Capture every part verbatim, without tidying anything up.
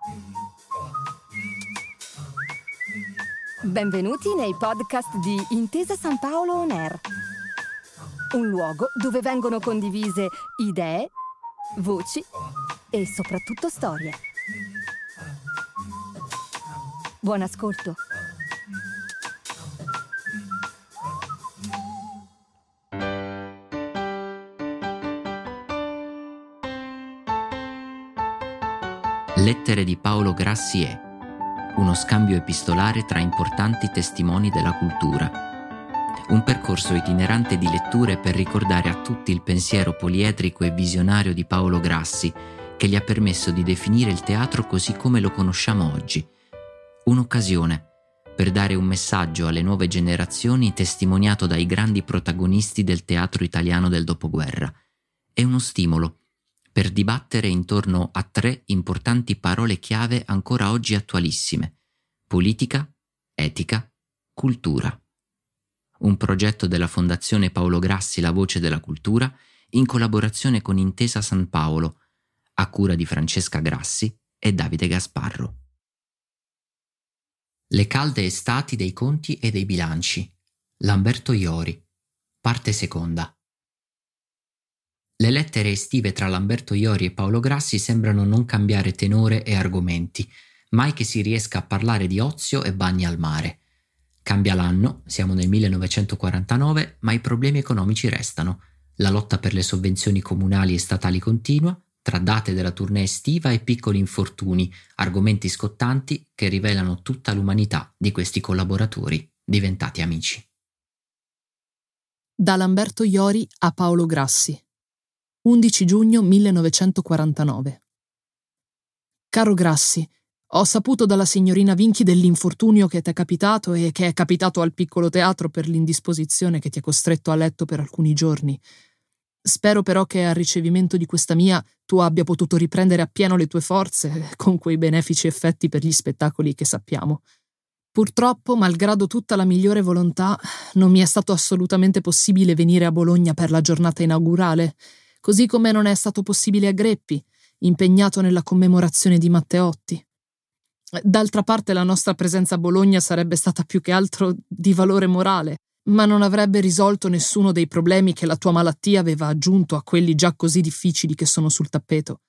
Benvenuti nei podcast di Intesa San Paolo On Air, un luogo dove vengono condivise idee, voci e soprattutto storie. Buon ascolto. Lettere di Paolo Grassi è uno scambio epistolare tra importanti testimoni della cultura, un percorso itinerante di letture per ricordare a tutti il pensiero poliedrico e visionario di Paolo Grassi, che gli ha permesso di definire il teatro così come lo conosciamo oggi. Un'occasione per dare un messaggio alle nuove generazioni testimoniato dai grandi protagonisti del teatro italiano del dopoguerra. È uno stimolo per dibattere intorno a tre importanti parole chiave ancora oggi attualissime: politica, etica, cultura. Un progetto della Fondazione Paolo Grassi La Voce della Cultura in collaborazione con Intesa San Paolo, a cura di Francesca Grassi e Davide Gasparro. Le calde estati dei conti e dei bilanci. Lamberto Iori. Parte seconda. Le lettere estive tra Lamberto Iori e Paolo Grassi sembrano non cambiare tenore e argomenti, mai che si riesca a parlare di ozio e bagni al mare. Cambia l'anno, siamo nel millenovecentoquarantanove, ma i problemi economici restano. La lotta per le sovvenzioni comunali e statali continua, tra date della tournée estiva e piccoli infortuni, argomenti scottanti che rivelano tutta l'umanità di questi collaboratori diventati amici. Da Lamberto Iori a Paolo Grassi. undici giugno millenovecentoquarantanove. Caro Grassi, ho saputo dalla signorina Vinchi dell'infortunio che t'è capitato e che è capitato al piccolo teatro per l'indisposizione che ti è costretto a letto per alcuni giorni. Spero però che al ricevimento di questa mia tu abbia potuto riprendere appieno le tue forze con quei benefici effetti per gli spettacoli che sappiamo. Purtroppo, malgrado tutta la migliore volontà, non mi è stato assolutamente possibile venire a Bologna per la giornata inaugurale, così come non è stato possibile a Greppi, impegnato nella commemorazione di Matteotti. D'altra parte la nostra presenza a Bologna sarebbe stata più che altro di valore morale, ma non avrebbe risolto nessuno dei problemi che la tua malattia aveva aggiunto a quelli già così difficili che sono sul tappeto.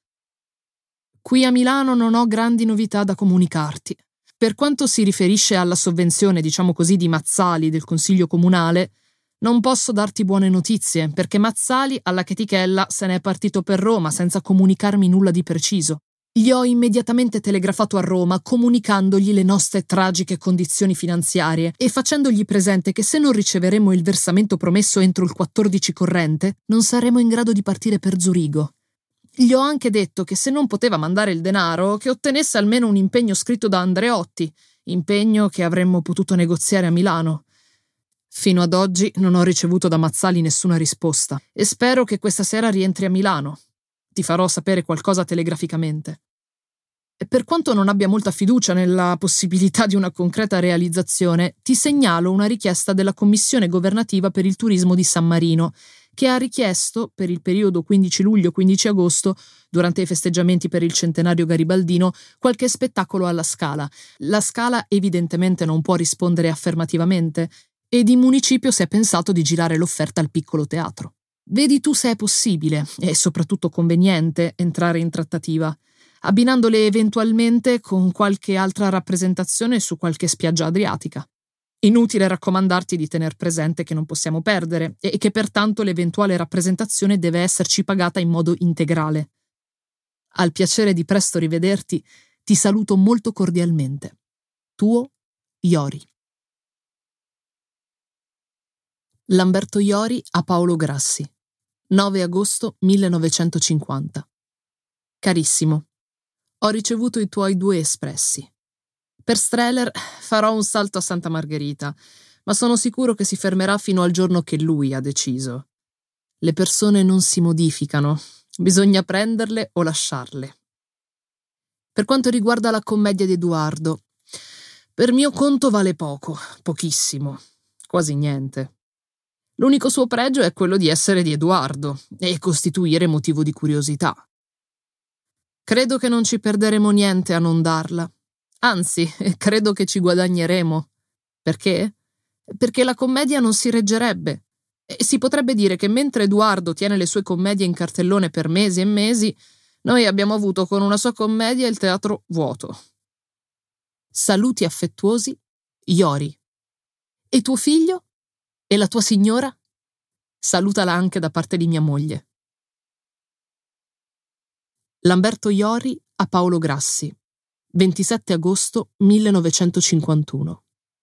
Qui a Milano non ho grandi novità da comunicarti. Per quanto si riferisce alla sovvenzione, diciamo così, di Mazzali del Consiglio Comunale, non posso darti buone notizie, perché Mazzali, alla chetichella, se n'è partito per Roma senza comunicarmi nulla di preciso. Gli ho immediatamente telegrafato a Roma, comunicandogli le nostre tragiche condizioni finanziarie e facendogli presente che se non riceveremo il versamento promesso entro il quattordici corrente, non saremo in grado di partire per Zurigo. Gli ho anche detto che se non poteva mandare il denaro, che ottenesse almeno un impegno scritto da Andreotti, impegno che avremmo potuto negoziare a Milano. Fino ad oggi non ho ricevuto da Mazzali nessuna risposta e spero che questa sera rientri a Milano. Ti farò sapere qualcosa telegraficamente. E per quanto non abbia molta fiducia nella possibilità di una concreta realizzazione, ti segnalo una richiesta della Commissione governativa per il turismo di San Marino, che ha richiesto, per il periodo quindici luglio quindici agosto, durante i festeggiamenti per il centenario garibaldino, qualche spettacolo alla Scala. La Scala evidentemente non può rispondere affermativamente, ed in municipio si è pensato di girare l'offerta al piccolo teatro. Vedi tu se è possibile, e soprattutto conveniente, entrare in trattativa, abbinandole eventualmente con qualche altra rappresentazione su qualche spiaggia adriatica. Inutile raccomandarti di tener presente che non possiamo perdere e che pertanto l'eventuale rappresentazione deve esserci pagata in modo integrale. Al piacere di presto rivederti, ti saluto molto cordialmente. Tuo Iori. Lamberto Iori a Paolo Grassi. nove agosto millenovecentocinquanta. Carissimo, ho ricevuto i tuoi due espressi. Per Streller farò un salto a Santa Margherita, ma sono sicuro che si fermerà fino al giorno che lui ha deciso. Le persone non si modificano, bisogna prenderle o lasciarle. Per quanto riguarda la commedia di Edoardo, per mio conto vale poco, pochissimo, quasi niente. L'unico suo pregio è quello di essere di Edoardo e costituire motivo di curiosità. Credo che non ci perderemo niente a non darla. Anzi, credo che ci guadagneremo. Perché? Perché la commedia non si reggerebbe. E si potrebbe dire che mentre Edoardo tiene le sue commedie in cartellone per mesi e mesi, noi abbiamo avuto con una sua commedia il teatro vuoto. Saluti affettuosi, Iori. E tuo figlio? E la tua signora? Salutala anche da parte di mia moglie. Lamberto Iori a Paolo Grassi, ventisette agosto millenovecentocinquantuno.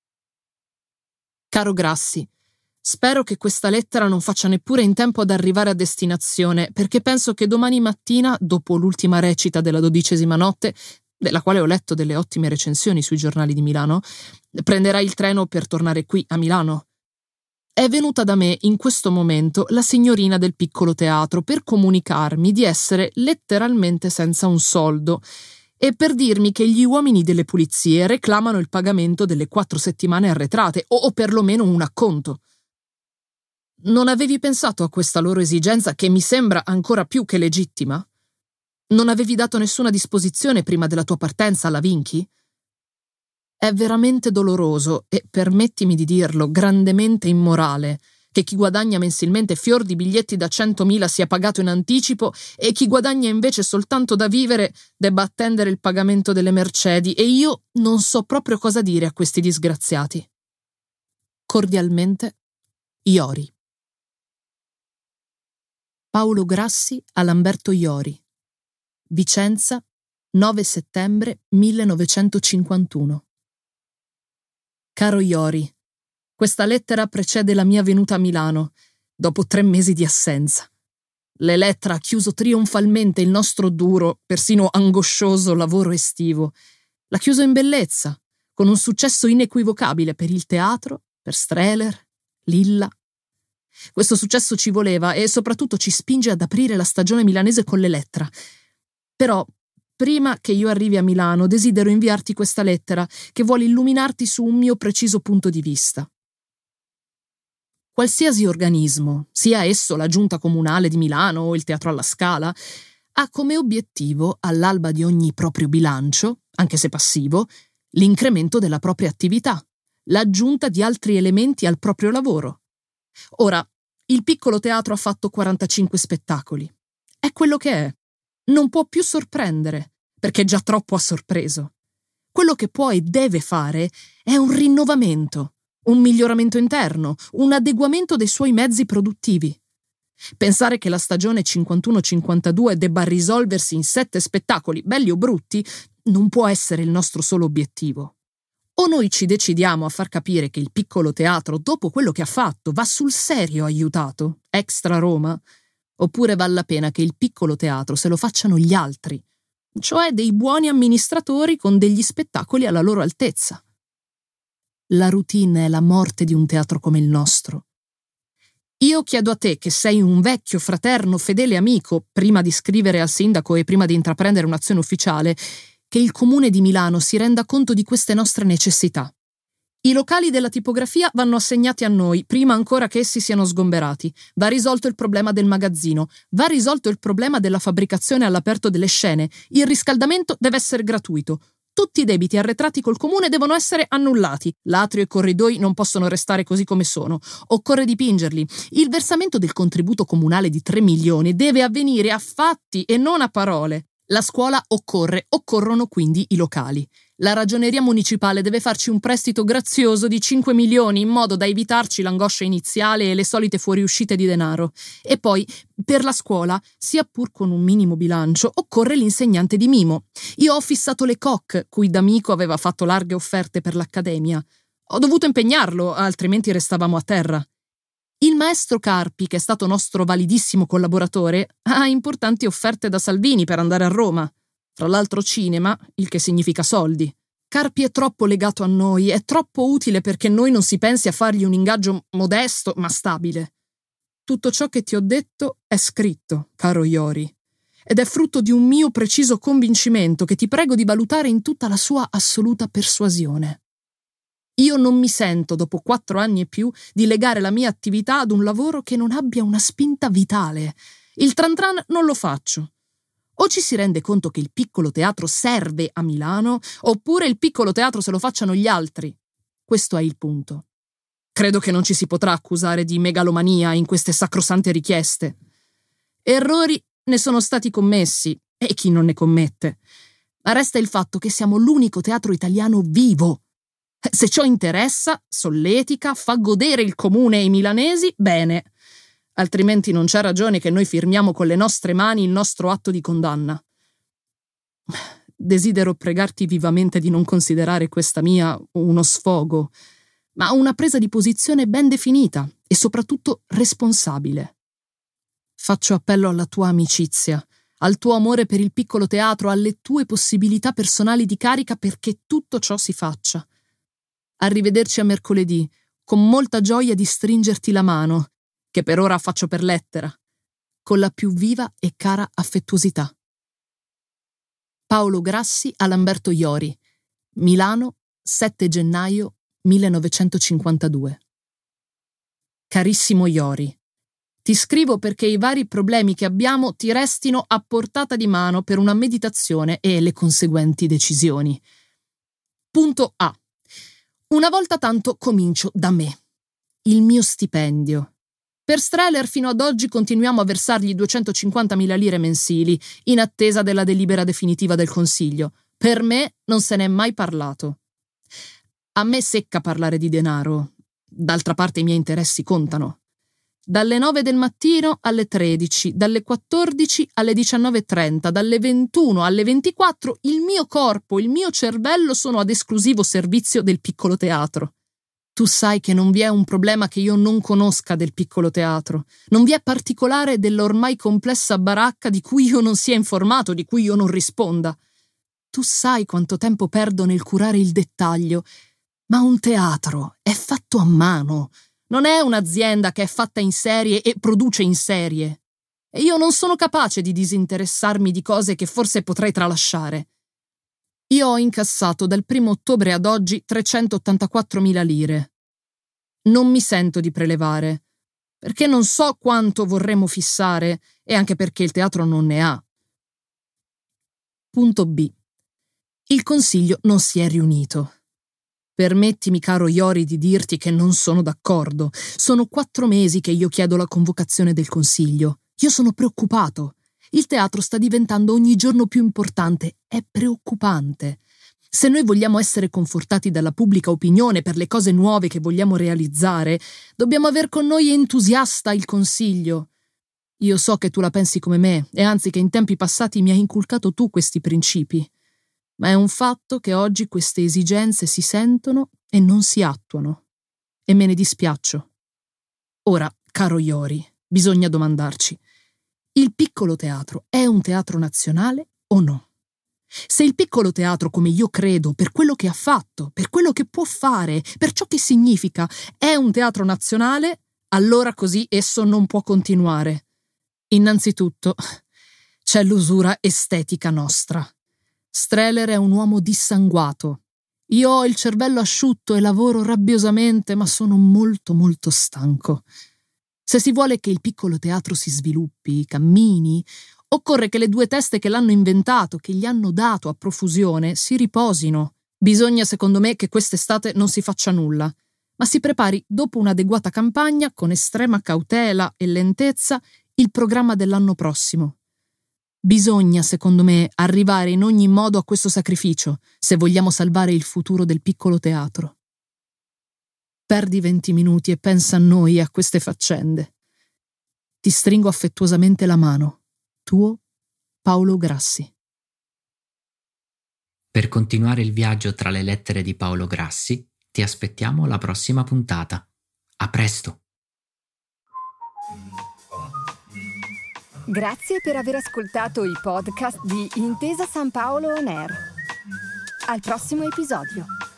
Caro Grassi, spero che questa lettera non faccia neppure in tempo ad arrivare a destinazione, perché penso che domani mattina, dopo l'ultima recita della dodicesima notte, della quale ho letto delle ottime recensioni sui giornali di Milano, prenderai il treno per tornare qui a Milano. È venuta da me in questo momento la signorina del piccolo teatro per comunicarmi di essere letteralmente senza un soldo e per dirmi che gli uomini delle pulizie reclamano il pagamento delle quattro settimane arretrate o, o perlomeno un acconto. Non avevi pensato a questa loro esigenza che mi sembra ancora più che legittima? Non avevi dato nessuna disposizione prima della tua partenza alla Vinchi? È veramente doloroso e, permettimi di dirlo, grandemente immorale che chi guadagna mensilmente fior di biglietti da centomila sia pagato in anticipo e chi guadagna invece soltanto da vivere debba attendere il pagamento delle mercedi, e io non so proprio cosa dire a questi disgraziati. Cordialmente, Iori. Paolo Grassi a Lamberto Iori. Vicenza, nove settembre millenovecentocinquantuno. Caro Iori, questa lettera precede la mia venuta a Milano, dopo tre mesi di assenza. L'Elettra ha chiuso trionfalmente il nostro duro, persino angoscioso lavoro estivo. L'ha chiuso in bellezza, con un successo inequivocabile per il teatro, per Strehler, Lilla. Questo successo ci voleva e soprattutto ci spinge ad aprire la stagione milanese con l'Elettra. Però, prima che io arrivi a Milano, desidero inviarti questa lettera che vuole illuminarti su un mio preciso punto di vista. Qualsiasi organismo, sia esso la Giunta Comunale di Milano o il Teatro alla Scala, ha come obiettivo, all'alba di ogni proprio bilancio, anche se passivo, l'incremento della propria attività, l'aggiunta di altri elementi al proprio lavoro. Ora, il piccolo teatro ha fatto quarantacinque spettacoli. È quello che è. Non può più sorprendere, perché già troppo ha sorpreso. Quello che può e deve fare è un rinnovamento, un miglioramento interno, un adeguamento dei suoi mezzi produttivi. Pensare che la stagione cinquantuno cinquantadue debba risolversi in sette spettacoli, belli o brutti, non può essere il nostro solo obiettivo. O noi ci decidiamo a far capire che il piccolo teatro, dopo quello che ha fatto, va sul serio aiutato, extra Roma, oppure vale la pena che il piccolo teatro se lo facciano gli altri, cioè dei buoni amministratori con degli spettacoli alla loro altezza. La routine è la morte di un teatro come il nostro. Io chiedo a te, che sei un vecchio, fraterno, fedele amico, prima di scrivere al sindaco e prima di intraprendere un'azione ufficiale, che il Comune di Milano si renda conto di queste nostre necessità. I locali della tipografia vanno assegnati a noi, prima ancora che essi siano sgomberati. Va risolto il problema del magazzino, va risolto il problema della fabbricazione all'aperto delle scene, il riscaldamento deve essere gratuito. Tutti i debiti arretrati col comune devono essere annullati. L'atrio e i corridoi non possono restare così come sono. Occorre dipingerli. Il versamento del contributo comunale di tre milioni deve avvenire a fatti e non a parole. La scuola occorre, occorrono quindi i locali. La ragioneria municipale deve farci un prestito grazioso di cinque milioni in modo da evitarci l'angoscia iniziale e le solite fuoriuscite di denaro. E poi, per la scuola, sia pur con un minimo bilancio, occorre l'insegnante di mimo. Io ho fissato le Koch, cui D'Amico aveva fatto larghe offerte per l'accademia. Ho dovuto impegnarlo, altrimenti restavamo a terra. Il maestro Carpi, che è stato nostro validissimo collaboratore, ha importanti offerte da Salvini per andare a Roma. Fra l'altro cinema, il che significa soldi. Carpi è troppo legato a noi, è troppo utile perché noi non si pensi a fargli un ingaggio modesto ma stabile. Tutto ciò che ti ho detto è scritto, caro Iori, ed è frutto di un mio preciso convincimento che ti prego di valutare in tutta la sua assoluta persuasione. Io non mi sento, dopo quattro anni e più, di legare la mia attività ad un lavoro che non abbia una spinta vitale. Il tran tran non lo faccio. O ci si rende conto che il piccolo teatro serve a Milano, oppure il piccolo teatro se lo facciano gli altri. Questo è il punto. Credo che non ci si potrà accusare di megalomania in queste sacrosante richieste. Errori ne sono stati commessi, e chi non ne commette. Ma resta il fatto che siamo l'unico teatro italiano vivo. Se ciò interessa, solletica, fa godere il comune e i milanesi, bene. Altrimenti non c'è ragione che noi firmiamo con le nostre mani il nostro atto di condanna. Desidero pregarti vivamente di non considerare questa mia uno sfogo, ma una presa di posizione ben definita e soprattutto responsabile. Faccio appello alla tua amicizia, al tuo amore per il piccolo teatro, alle tue possibilità personali di carica perché tutto ciò si faccia. Arrivederci a mercoledì, con molta gioia di stringerti la mano, che per ora faccio per lettera, con la più viva e cara affettuosità. Paolo Grassi a Lamberto Iori, Milano, sette gennaio millenovecentocinquantadue. Carissimo Iori, ti scrivo perché i vari problemi che abbiamo ti restino a portata di mano per una meditazione e le conseguenti decisioni. Punto A. Una volta tanto comincio da me. Il mio stipendio. Per Strehler fino ad oggi continuiamo a versargli duecentocinquantamila lire mensili, in attesa della delibera definitiva del Consiglio. Per me non se n'è mai parlato. A me secca parlare di denaro. D'altra parte i miei interessi contano. Dalle nove del mattino alle tredici, dalle quattordici alle diciannove e trenta, dalle ventuno alle ventiquattro, il mio corpo, il mio cervello sono ad esclusivo servizio del piccolo teatro. Tu sai che non vi è un problema che io non conosca del piccolo teatro. Non vi è particolare dell'ormai complessa baracca di cui io non sia informato, di cui io non risponda. Tu sai quanto tempo perdo nel curare il dettaglio. Ma un teatro è fatto a mano. Non è un'azienda che è fatta in serie e produce in serie. E io non sono capace di disinteressarmi di cose che forse potrei tralasciare. Io ho incassato dal primo ottobre ad oggi trecentottantaquattromila lire. Non mi sento di prelevare, perché non so quanto vorremmo fissare e anche perché il teatro non ne ha. Punto B. Il Consiglio non si è riunito. Permettimi, caro Iori, di dirti che non sono d'accordo. Sono quattro mesi che io chiedo la convocazione del Consiglio. Io sono preoccupato. Il teatro sta diventando ogni giorno più importante. È preoccupante. Se noi vogliamo essere confortati dalla pubblica opinione per le cose nuove che vogliamo realizzare, dobbiamo aver con noi entusiasta il Consiglio. Io so che tu la pensi come me, e anzi che in tempi passati mi hai inculcato tu questi principi. Ma è un fatto che oggi queste esigenze si sentono e non si attuano. E me ne dispiaccio. Ora, caro Iori, bisogna domandarci: il piccolo teatro è un teatro nazionale o no? Se il piccolo teatro, come io credo, per quello che ha fatto, per quello che può fare, per ciò che significa, è un teatro nazionale, allora così esso non può continuare. Innanzitutto, c'è l'usura estetica nostra. Strehler è un uomo dissanguato. Io ho il cervello asciutto e lavoro rabbiosamente, ma sono molto molto stanco. Se si vuole che il piccolo teatro si sviluppi, cammini, occorre che le due teste che l'hanno inventato, che gli hanno dato a profusione, si riposino. Bisogna, secondo me, che quest'estate non si faccia nulla, ma si prepari dopo un'adeguata campagna, con estrema cautela e lentezza, il programma dell'anno prossimo. Bisogna, secondo me, arrivare in ogni modo a questo sacrificio, se vogliamo salvare il futuro del piccolo teatro. Perdi venti minuti e pensa a noi e a queste faccende. Ti stringo affettuosamente la mano. Tuo Paolo Grassi. Per continuare il viaggio tra le lettere di Paolo Grassi, ti aspettiamo alla prossima puntata. A presto! Grazie per aver ascoltato i podcast di Intesa San Paolo On Air. Al prossimo episodio.